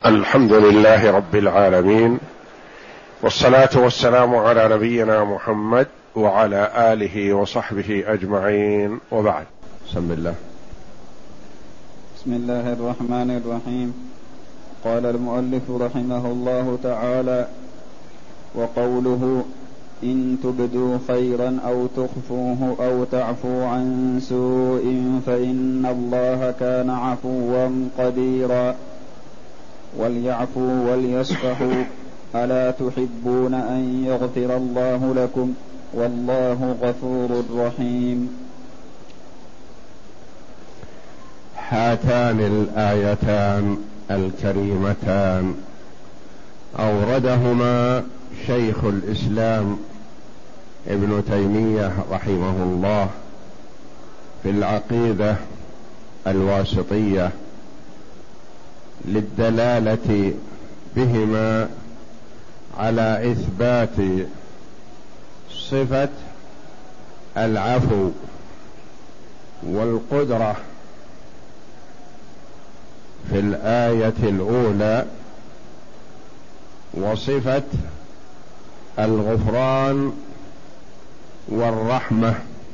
الحمد لله رب العالمين، والصلاة والسلام على نبينا محمد وعلى آله وصحبه أجمعين، وبعد. بسم الله. بسم الله الرحمن الرحيم. قال المؤلف رحمه الله تعالى: وقوله إن تبدوا خيرا أو تخفوه أو تعفو عن سوء فإن الله كان عفوا قديرا. وليعفوا وليصفحوا ألا تحبون أن يغفر الله لكم والله غفور رحيم. هاتان الآيتان الكريمتان أوردهما شيخ الإسلام ابن تيمية رحمه الله في العقيدة الواسطية للدلالة بهما على إثبات صفة العفو والقدرة في الآية الأولى، وصفة الغفران والرحمة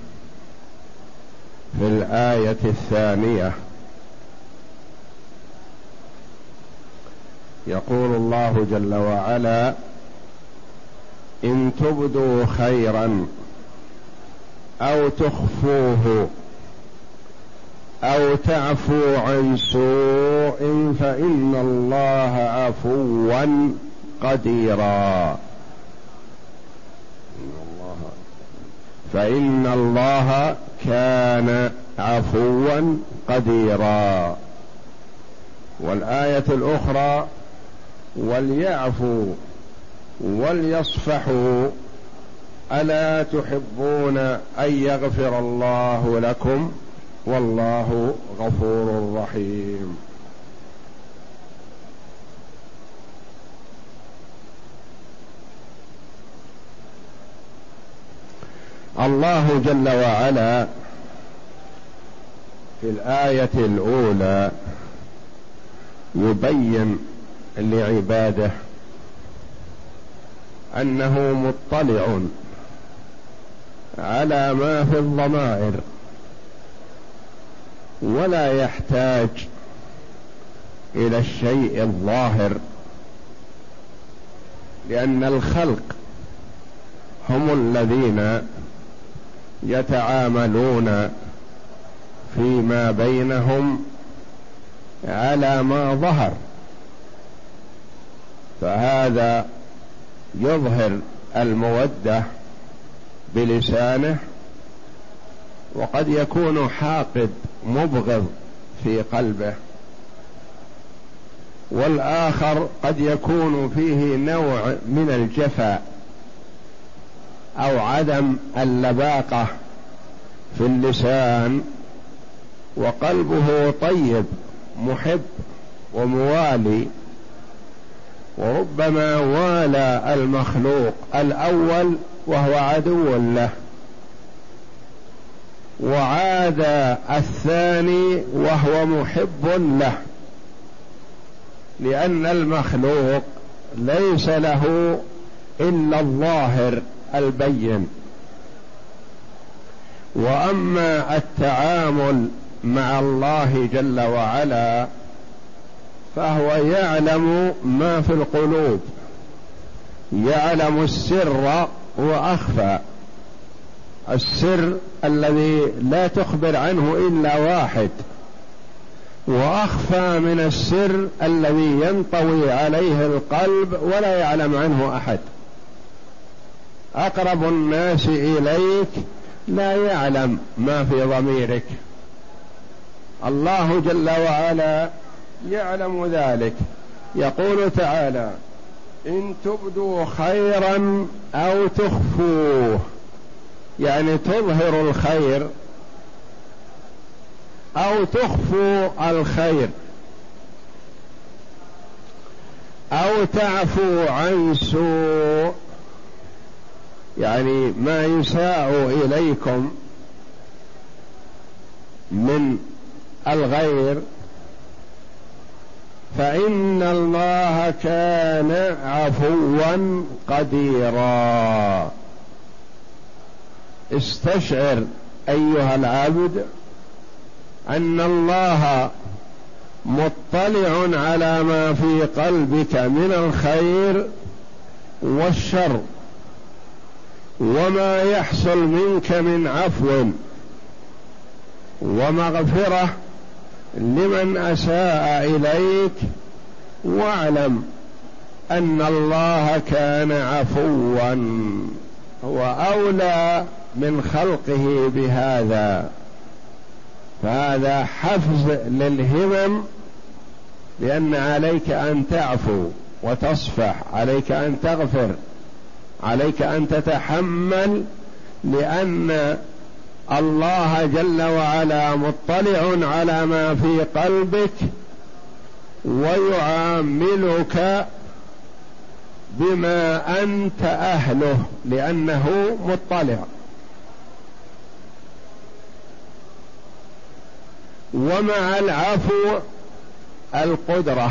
في الآية الثانية. يقول الله جل وعلا: إن تبدوا خيرا أو تخفوه أو تعفو عن سوء فإن الله عفوا قديرا. فإن الله كان عفوا قديرا. والآية الأخرى: وليعفوا وليصفحوا ألا تحبون أن يغفر الله لكم والله غفور رحيم. الله جل وعلا في الآية الأولى يبين لعباده أنه مطلع على ما في الضمائر، ولا يحتاج إلى الشيء الظاهر، لأن الخلق هم الذين يتعاملون فيما بينهم على ما ظهر، فهذا يظهر المودة بلسانه، وقد يكون حاقد مبغض في قلبه، والآخر قد يكون فيه نوع من الجفاء أو عدم اللباقة في اللسان، وقلبه طيب محب وموالي، وربما والى المخلوق الأول وهو عدو له، وعاد الثاني وهو محب له، لأن المخلوق ليس له إلا الظاهر البين. وأما التعامل مع الله جل وعلا فهو يعلم ما في القلوب، يعلم السر وأخفى. السر الذي لا تخبر عنه إلا واحد، وأخفى من السر الذي ينطوي عليه القلب ولا يعلم عنه أحد. أقرب الناس إليك لا يعلم ما في ضميرك، الله جل وعلا يعلم ذلك. يقول تعالى: إن تبدوا خيرا أو تخفوه، يعني تظهر الخير أو تخفوا الخير، أو تعفو عن سوء، يعني ما يساء إليكم من الغير فإن الله كان عفوا قديرا. استشعر أيها العبد أن الله مطلع على ما في قلبك من الخير والشر، وما يحصل منك من عفو ومغفرة لمن أساء إليك، واعلم أن الله كان عفوا، هو أولى من خلقه بهذا. فهذا حفز للهمم، لأن عليك أن تعفو وتصفح، عليك أن تغفر، عليك أن تتحمل، لأن الله جل وعلا مطلع على ما في قلبك ويعاملك بما أنت أهله، لأنه مطلع. ومع العفو القدرة،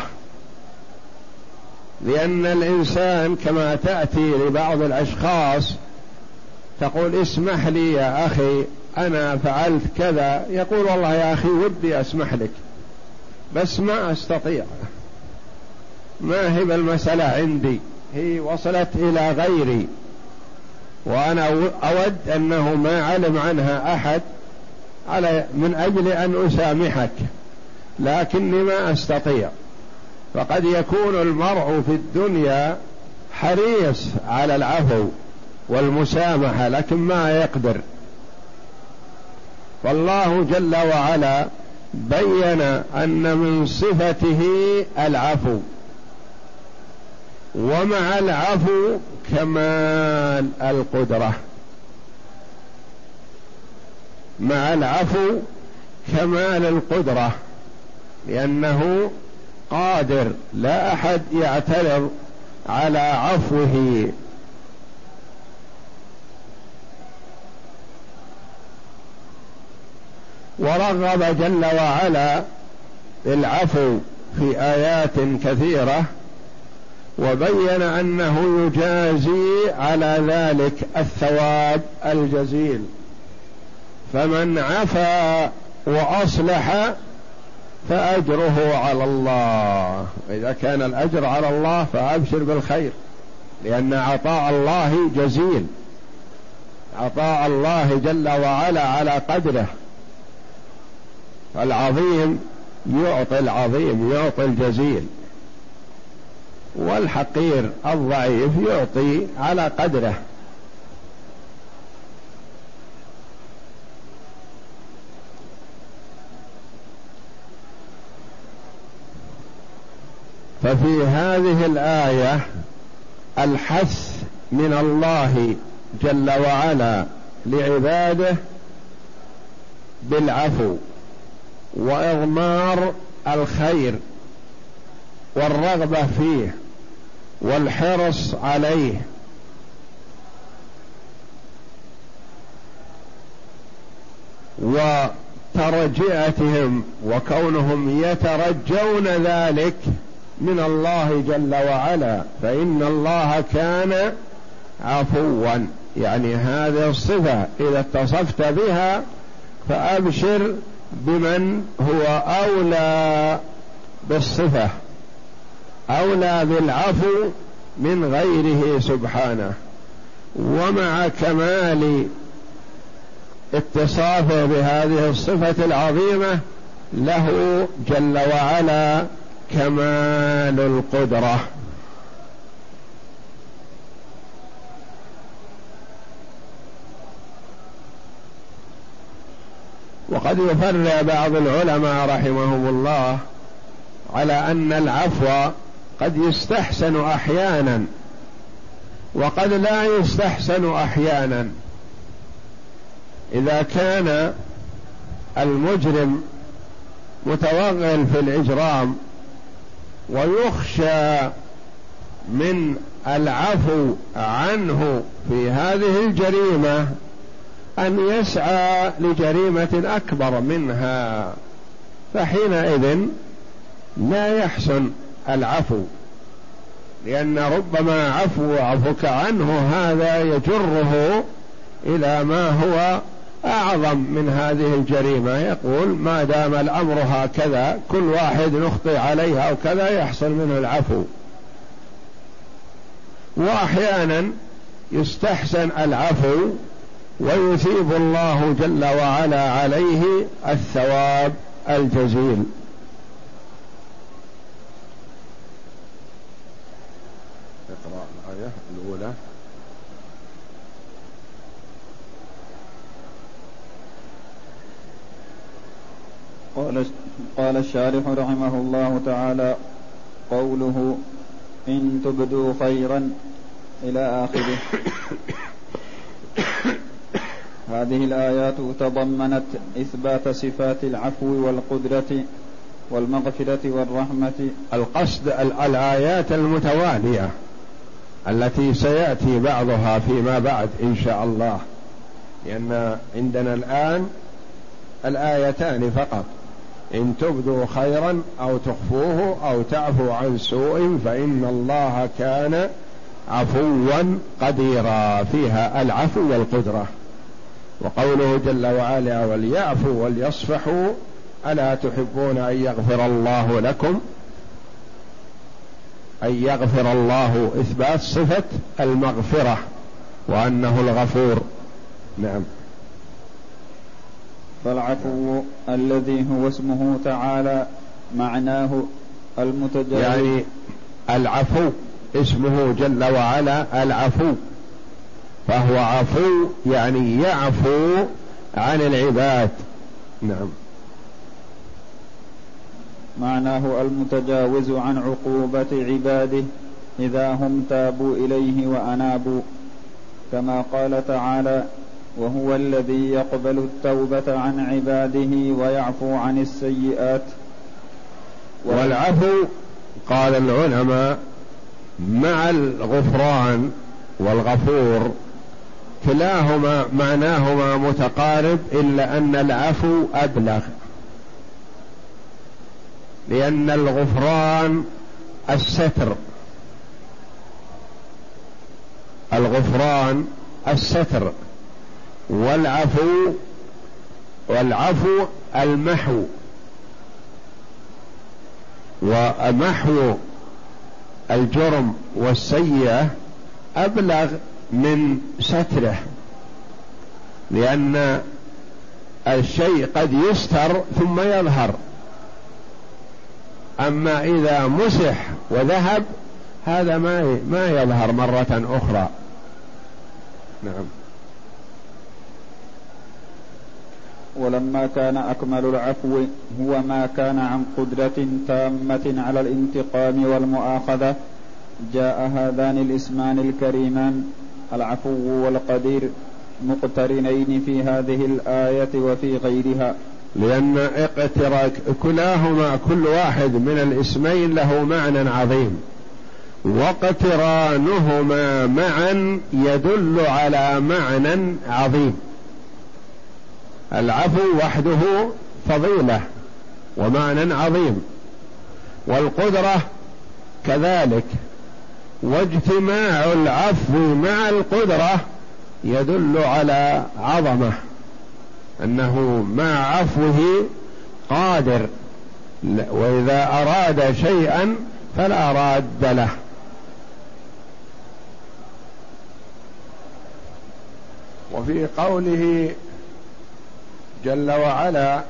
لأن الإنسان كما تأتي لبعض الأشخاص تقول اسمح لي يا أخي أنا فعلت كذا، يقول والله يا أخي ودي أسمح لك بس ما أستطيع، ما هي المسألة عندي، هي وصلت إلى غيري وأنا أود أنه ما علم عنها أحد من أجل أن أسامحك، لكني ما أستطيع. فقد يكون المرء في الدنيا حريص على العفو والمسامحة لكن ما يقدر. فالله جل وعلا بين أن من صفته العفو، ومع العفو كمال القدرة، مع العفو كمال القدرة، لأنه قادر لا أحد يعترض على عفوه. ورغب جل وعلا بالعفو في آيات كثيرة، وبين أنه يجازي على ذلك الثواب الجزيل. فمن عفا وأصلح فأجره على الله، إذا كان الأجر على الله فأبشر بالخير، لأن عطاء الله جزيل، عطاء الله جل وعلا على قدره. العظيم يعطي العظيم، يعطي الجزيل، والحقير الضعيف يعطي على قدره. ففي هذه الآية الحث من الله جل وعلا لعباده بالعفو وإضمار الخير والرغبة فيه والحرص عليه، وترجئتهم وكونهم يترجون ذلك من الله جل وعلا. فإن الله كان عفوا، يعني هذه الصفة إذا اتصفت بها فأبشر بمن هو أولى بالصفة، أولى بالعفو من غيره سبحانه. ومع كمال اتصافه بهذه الصفة العظيمة له جل وعلا كمال القدرة. وقد يفرع بعض العلماء رحمهم الله على أن العفو قد يستحسن أحيانا وقد لا يستحسن أحيانا. إذا كان المجرم متوغل في الإجرام ويخشى من العفو عنه في هذه الجريمة أن يسعى لجريمة أكبر منها، فحينئذ لا يحسن العفو، لأن ربما عفوك عنه هذا يجره إلى ما هو أعظم من هذه الجريمة. يقول ما دام الأمر هكذا كل واحد نخطئ عليه أو كذا يحصل منه العفو. وأحيانا يستحسن العفو ويثيب الله جل وعلا عليه الثواب الجزيل. اقرأ الآية الأولى. قال الشارح رحمه الله تعالى: قوله إن تبدوا خيرا إلى آخره. هذه الآيات تضمنت إثبات صفات العفو والقدرة والمغفرة والرحمة. القصد الآيات المتوالية التي سيأتي بعضها فيما بعد إن شاء الله، لأن عندنا الآن الآيتان فقط: إن تبدوا خيرا أو تخفوه أو تعفو عن سوء فإن الله كان عفوا قديرا، فيها العفو والقدرة. وقوله جل وعلا: وليعفوا وليصفحوا ألا تحبون أن يغفر الله لكم، أن يغفر الله إثبات صفة المغفرة وأنه الغفور. نعم. فالعفو الذي هو اسمه تعالى معناه المتجاوز، يعني العفو اسمه جل وعلا العفو، فهو عفو يعني يعفو عن العباد. نعم. معناه المتجاوز عن عقوبة عباده إذا هم تابوا إليه وأنابوا، كما قال تعالى: وهو الذي يقبل التوبة عن عباده ويعفو عن السيئات. والعفو قال العلماء مع الغفران والغفور كلاهما معناهما متقارب، إلا أن العفو أبلغ، لأن الغفران الستر، الغفران الستر، والعفو المحو، ومحو الجرم والسيئة أبلغ من ستره، لأن الشيء قد يستر ثم يظهر، أما إذا مسح وذهب هذا ما يظهر مرة أخرى. نعم. ولما كان أكمل العفو هو ما كان عن قدرة تامة على الانتقام والمؤاخذة، جاء هذان الاسمان الكريمان العفو والقدير مقترنين في هذه الآية وفي غيرها، لأن كلاهما كل واحد من الاسمين له معنى عظيم، واقترانهما معا يدل على معنى عظيم. العفو وحده فضيلة ومعنى عظيم، والقدرة كذلك، واجتماع العفو مع القدرة يدل على عظمة، أنه مع عفوه قادر، وإذا أراد شيئا فلا راد له. وفي قوله جل وعلا: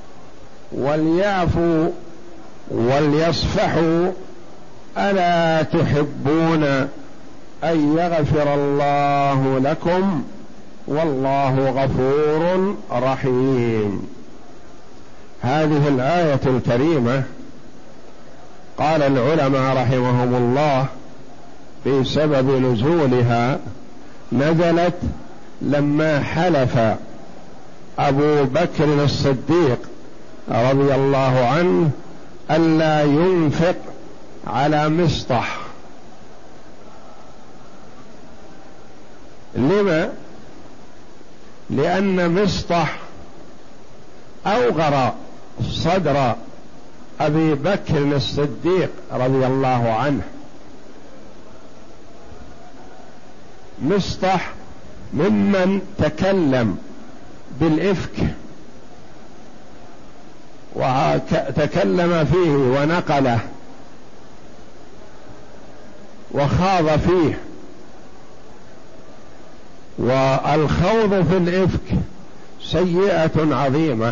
وليعفوا وليصفحوا ألا تحبون أن يغفر الله لكم والله غفور رحيم. هذه الآية الكريمة قال العلماء رحمهم الله في سبب نزولها نزلت لما حلف أبو بكر الصديق رضي الله عنه ألا ينفق على مصطح. لما؟ لأن مصطح أوغر صدر أبي بكر الصديق رضي الله عنه. مصطح ممن تكلم بالإفك وتكلم فيه ونقله وخاض فيه. والخوض في الإفك سيئة عظيمة،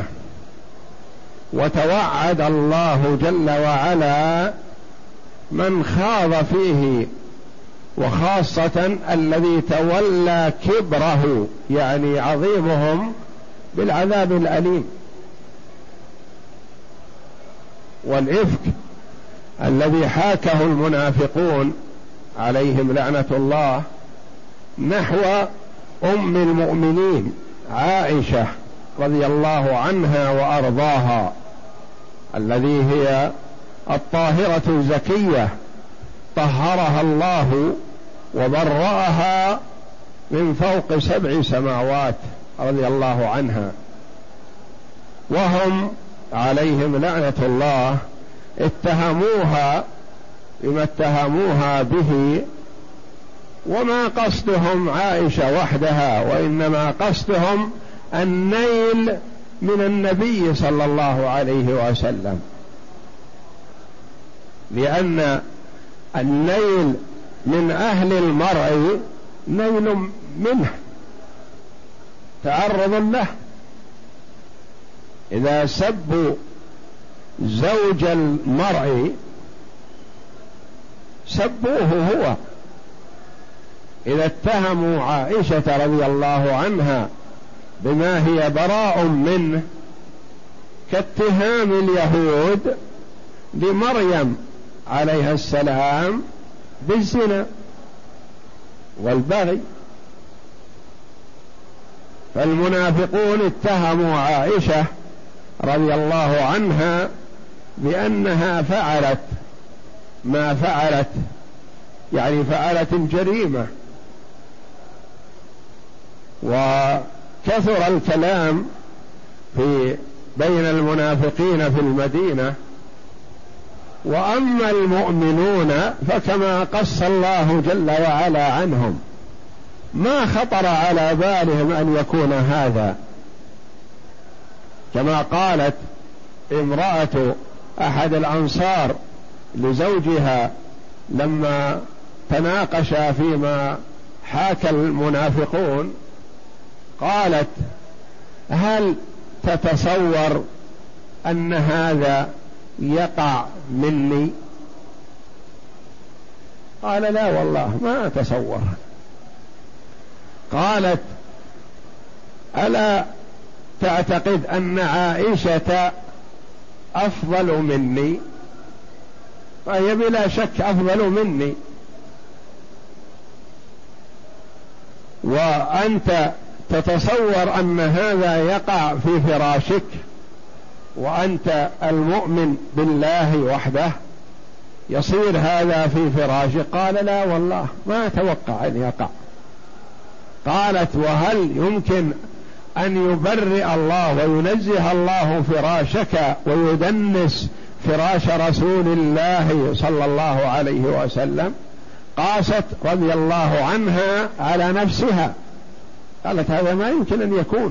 وتوعد الله جل وعلا من خاض فيه، وخاصة الذي تولى كبره يعني عظيمهم بالعذاب الأليم. والإفك الذي حاكه المنافقون عليهم لعنة الله نحو أم المؤمنين عائشة رضي الله عنها وأرضاها، الذي هي الطاهرة الزكية طهرها الله وبرأها من فوق 7 سماوات رضي الله عنها. وهم عليهم لعنة الله اتهموها بما اتهموها به، وما قصدهم عائشة وحدها، وإنما قصدهم النيل من النبي صلى الله عليه وسلم، لأن النيل من أهل المرء نيل منه، تعرض له. إذا سبوا زوج المرء سبوه هو. إذا اتهموا عائشة رضي الله عنها بما هي براء منه كاتهام اليهود لمريم عليها السلام بالزنا والبغي. فالمنافقون اتهموا عائشة رضي الله عنها بأنها فعلت ما فعلت، يعني فعلت الجريمة. وكثر الكلام بين المنافقين في المدينة. وأما المؤمنون فكما قص الله جل وعلا عنهم ما خطر على بالهم أن يكون هذا، كما قالت امرأة أحد الأنصار لزوجها لما تناقشا فيما حاك المنافقون، قالت: هل تتصور أن هذا يقع مني؟ قال: لا والله ما أتصور. قالت: ألا تعتقد أن عائشة أفضل مني؟ فهي بلا شك أفضل مني، وأنت تتصور أن هذا يقع في فراشك وأنت المؤمن بالله وحده يصير هذا في فراشك؟ قال: لا والله ما أتوقع أن يقع. قالت: وهل يمكن أن يبرئ الله وينزه الله فراشك ويدنس فراش رسول الله صلى الله عليه وسلم؟ قاست رضي الله عنها على نفسها، قالت: هذا ما يمكن أن يكون،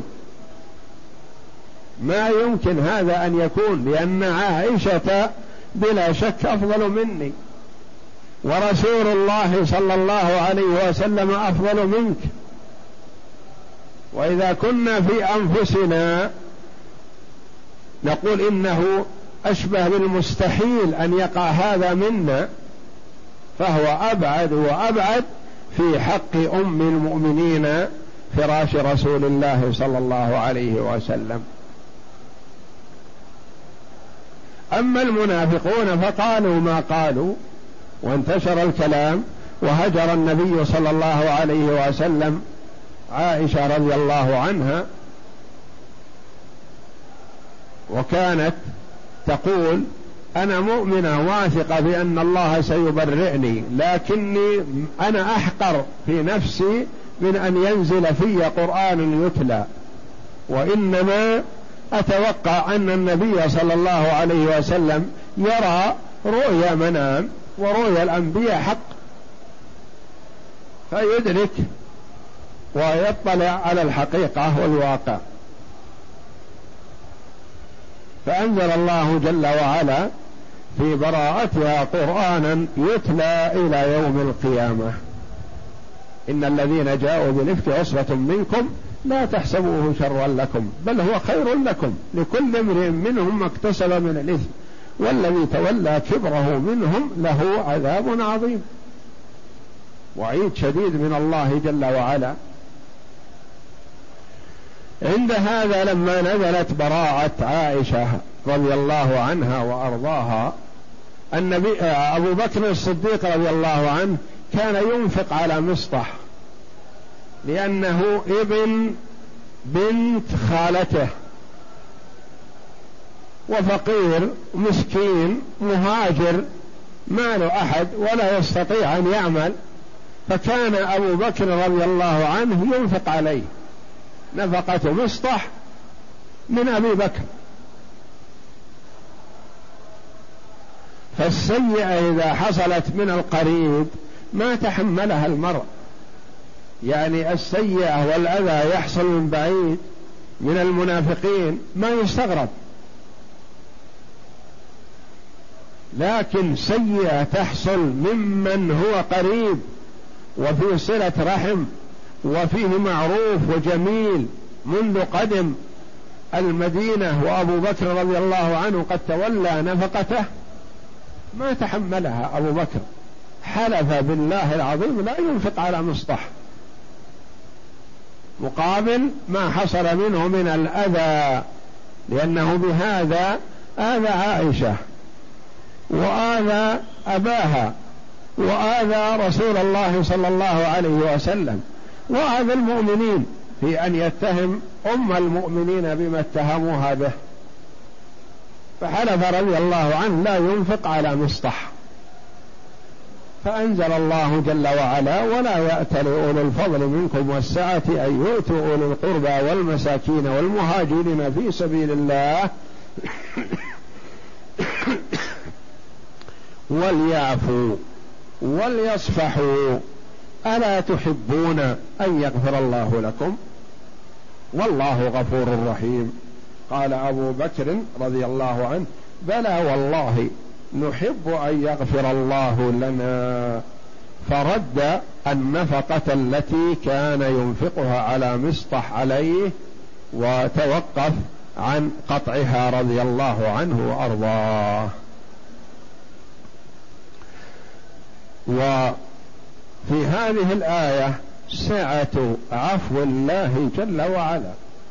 ما يمكن هذا أن يكون، لأن عائشة بلا شك أفضل مني، ورسول الله صلى الله عليه وسلم أفضل منك. وإذا كنا في أنفسنا نقول إنه أشبه بالمستحيل أن يقع هذا منا، فهو أبعد وأبعد في حق أم المؤمنين فراش رسول الله صلى الله عليه وسلم. أما المنافقون فقالوا ما قالوا، وانتشر الكلام، وهجر النبي صلى الله عليه وسلم عائشة رضي الله عنها، وكانت تقول: أنا مؤمنة واثقة بأن الله سيبرئني، لكني أنا أحقر في نفسي من أن ينزل في قرآن يتلى، وإنما أتوقع أن النبي صلى الله عليه وسلم يرى رؤيا منام، ورؤيا الأنبياء حق، فيدرك ويطلع على الحقيقة والواقع. فأنزل الله جل وعلا في براءتها قرآنا يتلى إلى يوم القيامة: إن الذين جاءوا بالإفك عصبة منكم لا تحسبوه شرا لكم بل هو خير لكم، لكل امرئ منهم ما اكتسب من الإثم والذي تولى كبره منهم له عذاب عظيم. وعيد شديد من الله جل وعلا. عند هذا لما نزلت براءة عائشة رضي الله عنها وأرضاها، النبي أبو بكر الصديق رضي الله عنه كان ينفق على مصطح، لأنه ابن بنت خالته، وفقير مسكين مهاجر ما له أحد ولا يستطيع أن يعمل، فكان أبو بكر رضي الله عنه ينفق عليه. نفقة مصطح من أبي بكر. فالسيئة إذا حصلت من القريب ما تحملها المرء، يعني السيئة والأذى يحصل من بعيد من المنافقين ما يستغرب، لكن سيئة تحصل ممن هو قريب وفي صلة رحم وفيه معروف وجميل منذ قدم المدينة، وأبو بكر رضي الله عنه قد تولى نفقته، ما تحملها أبو بكر، حلف بالله العظيم لا ينفق على مصطح مقابل ما حصل منه من الأذى، لأنه بهذا آذى عائشة وآذى أباها وآذى رسول الله صلى الله عليه وسلم وآذى المؤمنين في أن يتهم أم المؤمنين بما اتهموها به. فحلف رضي الله عنه لا ينفق على مصطح. فأنزل الله جل وعلا: ولا يأتل أولو الفضل منكم والسعة أن يؤتوا أولي القربى والمساكين والمهاجرين في سبيل الله وليعفوا وليصفحوا ألا تحبون أن يغفر الله لكم والله غفور رحيم. قال أبو بكر رضي الله عنه: بلى والله نحب أن يغفر الله لنا. فرد النفقة التي كان ينفقها على مصطح عليه وتوقف عن قطعها رضي الله عنه وأرضاه. وفي هذه الآية سعة عفو الله جل وعلا،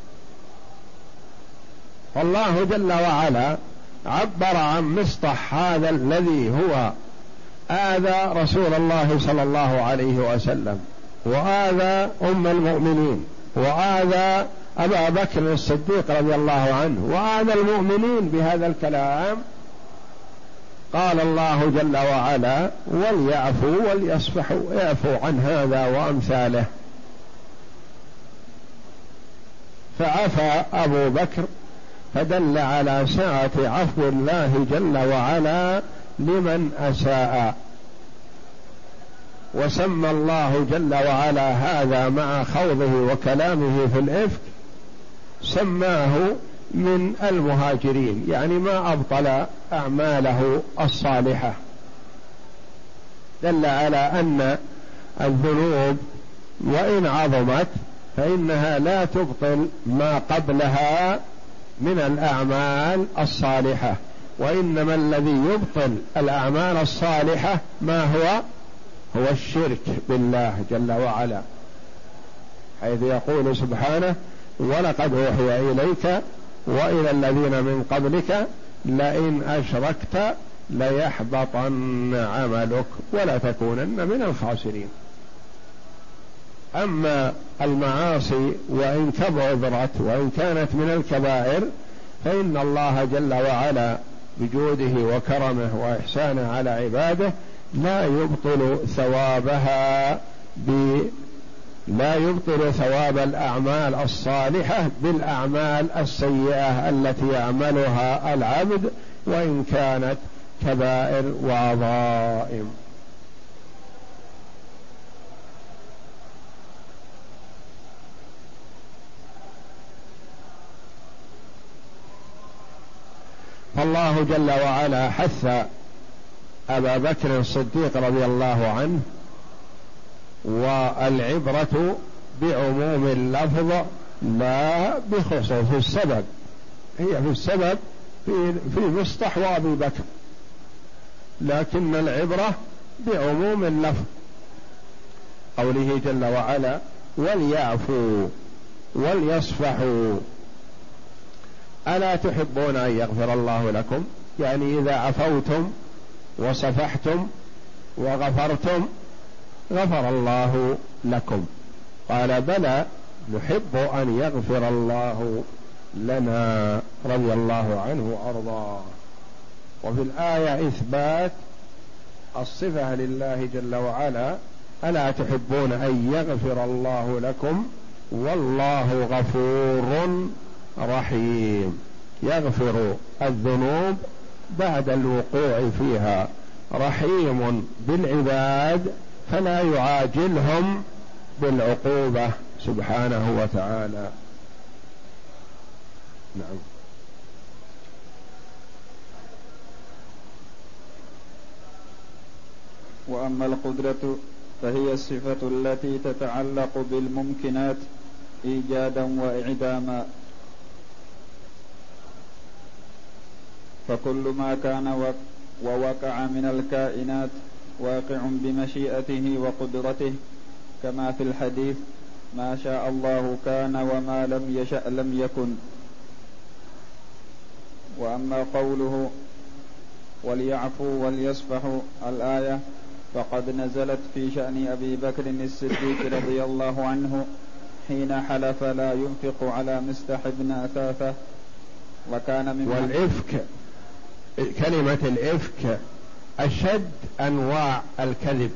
فالله جل وعلا عبر عن مصطح هذا الذي هو آذى رسول الله صلى الله عليه وسلم وآذى أم المؤمنين وآذى أبا بكر الصديق رضي الله عنه وآذى المؤمنين بهذا الكلام. قال الله جل وعلا: وليعفوا وليصفحوا، اعفوا عن هذا وأمثاله. فعفى أبو بكر، فدل على سعة عفو الله جل وعلا لمن أساء. وسمى الله جل وعلا هذا مع خوضه وكلامه في الإفك، سماه من المهاجرين، يعني ما أبطل أعماله الصالحة. دل على أن الذنوب وإن عظمت فإنها لا تبطل ما قبلها من الأعمال الصالحة، وإنما الذي يبطل الأعمال الصالحة ما هو الشرك بالله جل وعلا، حيث يقول سبحانه: ولقد أوحي إليك وإلى الذين من قبلك لئن أشركت ليحبطن عملك ولتكونن من الخاسرين. أما المعاصي وإن كبرت وإن كانت من الكبائر فإن الله جل وعلا بجوده وكرمه وإحسانه على عباده لا يبطل ثواب الأعمال الصالحة بالأعمال السيئة التي يعملها العبد وإن كانت كبائر وعظائم. فالله جل وعلا حث أبا بكر الصديق رضي الله عنه، والعبرة بعموم اللفظ لا بخصوص السبب، هي في السبب في مصطح وأبي بكر، لكن العبرة بعموم اللفظ. قوله جل وعلا وليعفوا وليصفحوا ألا تحبون أن يغفر الله لكم؟ يعني إذا عفوتم وصفحتم وغفرتم غفر الله لكم. قال بلى نحب أن يغفر الله لنا رضي الله عنه وأرضاه. وفي الآية إثبات الصفة لله جل وعلا ألا تحبون أن يغفر الله لكم والله غفور رحيم، يغفر الذنوب بعد الوقوع فيها، رحيم بالعباد فلا يعاجلهم بالعقوبة سبحانه وتعالى. نعم. وأما القدرة فهي الصفة التي تتعلق بالممكنات إيجادا وإعداما، فكل ما كان ووقع من الكائنات واقع بمشيئته وقدرته، كما في الحديث ما شاء الله كان وما لم يشأ لم يكن. وأما قوله وليعفوا وليصفحوا الآية فقد نزلت في شأن أبي بكر الصديق رضي الله عنه حين حلف لا ينفق على مستح بن أثاثة، وكان من والإفك، كلمة الإفك أشد أنواع الكذب،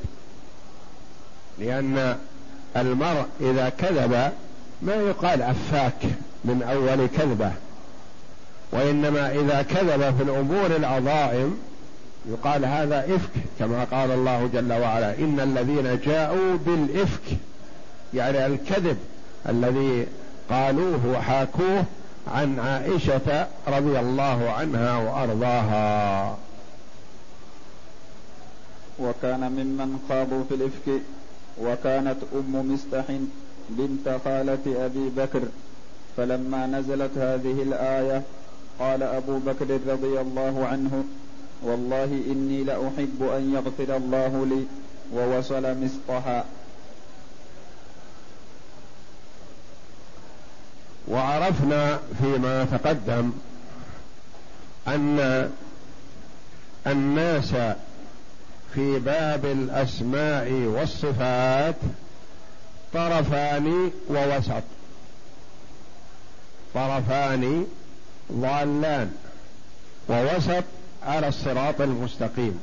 لأن المرء إذا كذب ما يقال أفاك من أول كذبة، وإنما إذا كذب في الأمور العظائم يقال هذا إفك، كما قال الله جل وعلا إن الذين جاءوا بالإفك، يعني الكذب الذي قالوه وحاكوه عن عائشة رضي الله عنها وأرضاها. وكان ممن خاضوا في الإفك وكانت أم مستح بنت خالة أبي بكر، فلما نزلت هذه الآية قال أبو بكر رضي الله عنه والله إني لأحب أن يغفر الله لي، ووصل مصطحا. وعرفنا فيما تقدم أن الناس في باب الأسماء والصفات طرفان ووسط، طرفان ضالان ووسط على الصراط المستقيم.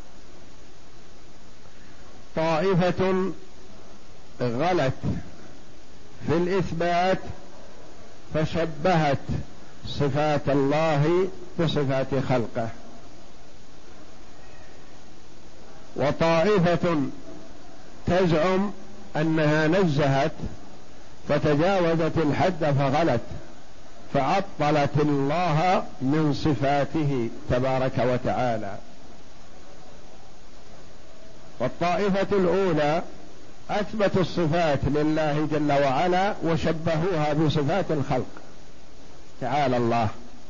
طائفة غلت في الإثبات فشبهت صفات الله بصفات خلقه، وطائفة تزعم أنها نزهت فتجاوزت الحد فغلت فعطلت الله من صفاته تبارك وتعالى. والطائفة الأولى أثبتوا الصفات لله جل وعلا وشبهوها بصفات الخلق تعالى الله.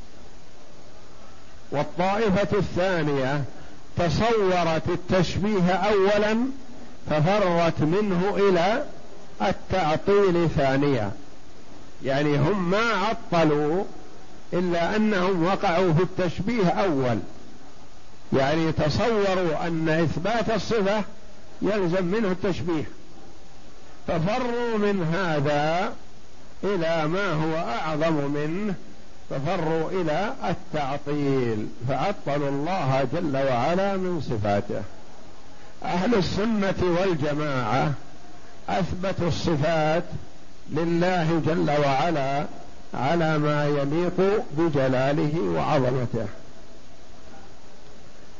والطائفة الثانية تصورت التشبيه أولا ففرت منه إلى التعطيل ثانيا، يعني هم ما عطلوا إلا أنهم وقعوا في التشبيه أول، يعني تصوروا أن إثبات الصفة يلزم منه التشبيه، ففروا من هذا إلى ما هو أعظم منه، ففروا إلى التعطيل فعطلوا الله جل وعلا من صفاته. أهل السنة والجماعة أثبتوا الصفات لله جل وعلا على ما يليق بجلاله وعظمته،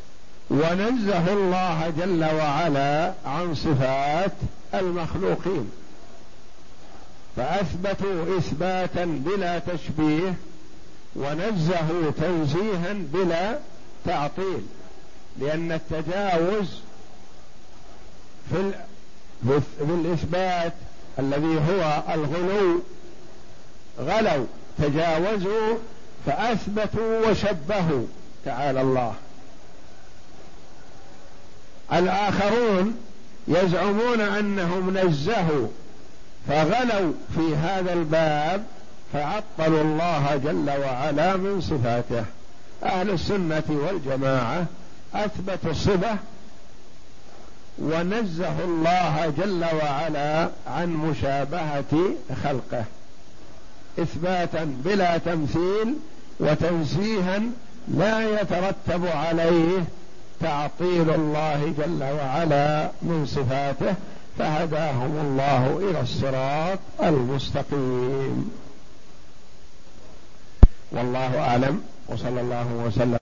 ونزه الله جل وعلا عن صفات المخلوقين، فأثبتوا إثباتا بلا تشبيه ونزهوا تنزيها بلا تعطيل، لأن التجاوز في الإثبات الذي هو الغلو، غلوا تجاوزوا فأثبتوا وشبهوا تعالى الله. الآخرون يزعمون أنهم نزهوا فغلوا في هذا الباب فعطلوا الله جل وعلا من صفاته. أهل السنة والجماعة أثبتوا الصفة ونزهوا الله جل وعلا عن مشابهة خلقه إثباتا بلا تمثيل وتنزيها لا يترتب عليه تعطيل الله جل وعلا من صفاته، فهداهم الله إلى الصراط المستقيم. والله أعلم، وصلى الله وسلم